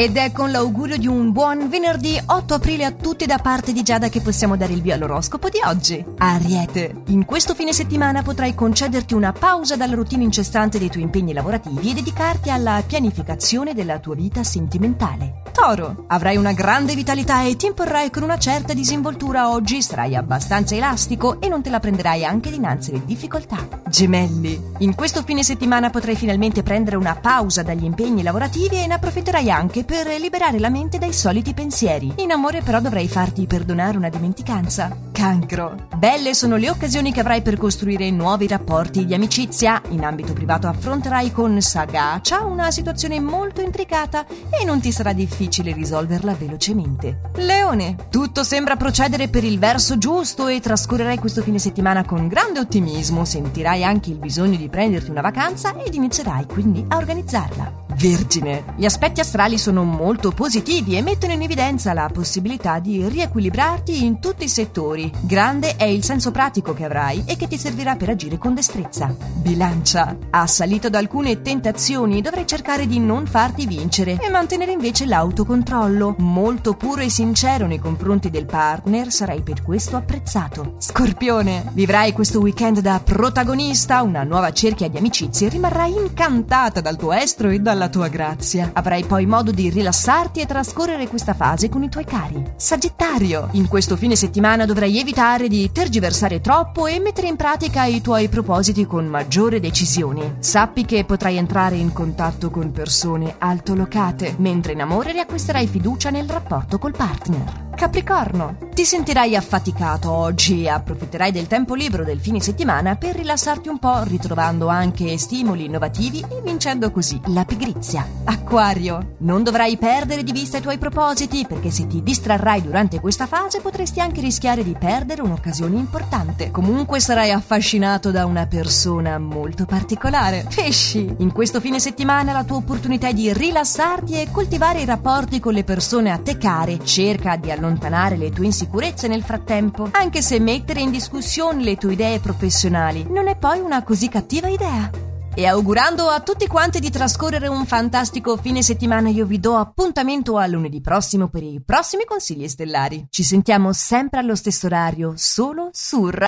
Ed è con l'augurio di un buon venerdì 8 aprile a tutti da parte di Giada che possiamo dare il via all'oroscopo di oggi. Ariete, in questo fine settimana potrai concederti una pausa dalla routine incessante dei tuoi impegni lavorativi e dedicarti alla pianificazione della tua vita sentimentale. Toro, avrai una grande vitalità e ti imporrai con una certa disinvoltura oggi, sarai abbastanza elastico e non te la prenderai anche dinanzi alle difficoltà. Gemelli, in questo fine settimana potrai finalmente prendere una pausa dagli impegni lavorativi e ne approfitterai anche per liberare la mente dai soliti pensieri. In amore però dovrai farti perdonare una dimenticanza. Cancro, belle sono le occasioni che avrai per costruire nuovi rapporti di amicizia. In ambito privato affronterai con sagacia una situazione molto intricata e non ti sarà difficile risolverla velocemente. Leone, tutto sembra procedere per il verso giusto e trascorrerai questo fine settimana con grande ottimismo, sentirai anche il bisogno di prenderti una vacanza ed inizierai quindi a organizzarla. Vergine, gli aspetti astrali sono molto positivi e mettono in evidenza la possibilità di riequilibrarti in tutti i settori. Grande è il senso pratico che avrai e che ti servirà per agire con destrezza. Bilancia, assalito da alcune tentazioni, dovrai cercare di non farti vincere e mantenere invece l'autocontrollo. Molto puro e sincero nei confronti del partner, sarai per questo apprezzato. Scorpione, vivrai questo weekend da protagonista, una nuova cerchia di amicizie e rimarrai incantata dal tuo estro e dalla tua grazia. Avrai poi modo di rilassarti e trascorrere questa fase con i tuoi cari. Sagittario, in questo fine settimana dovrai evitare di tergiversare troppo e mettere in pratica i tuoi propositi con maggiore decisione. Sappi che potrai entrare in contatto con persone altolocate, mentre in amore riacquisterai fiducia nel rapporto col partner. Capricorno, ti sentirai affaticato oggi e approfitterai del tempo libero del fine settimana per rilassarti un po', ritrovando anche stimoli innovativi e vincendo così la pigrizia. Acquario, non dovrai perdere di vista i tuoi propositi, perché se ti distrarrai durante questa fase potresti anche rischiare di perdere un'occasione importante. Comunque sarai affascinato da una persona molto particolare. Pesci, in questo fine settimana la tua opportunità è di rilassarti e coltivare i rapporti con le persone a te care. Cerca di allontanare le tue insicurezze nel frattempo, anche se mettere in discussione le tue idee professionali non è poi una così cattiva idea. E augurando a tutti quanti di trascorrere un fantastico fine settimana, io vi do appuntamento a lunedì prossimo per i prossimi consigli stellari. Ci sentiamo sempre allo stesso orario, solo su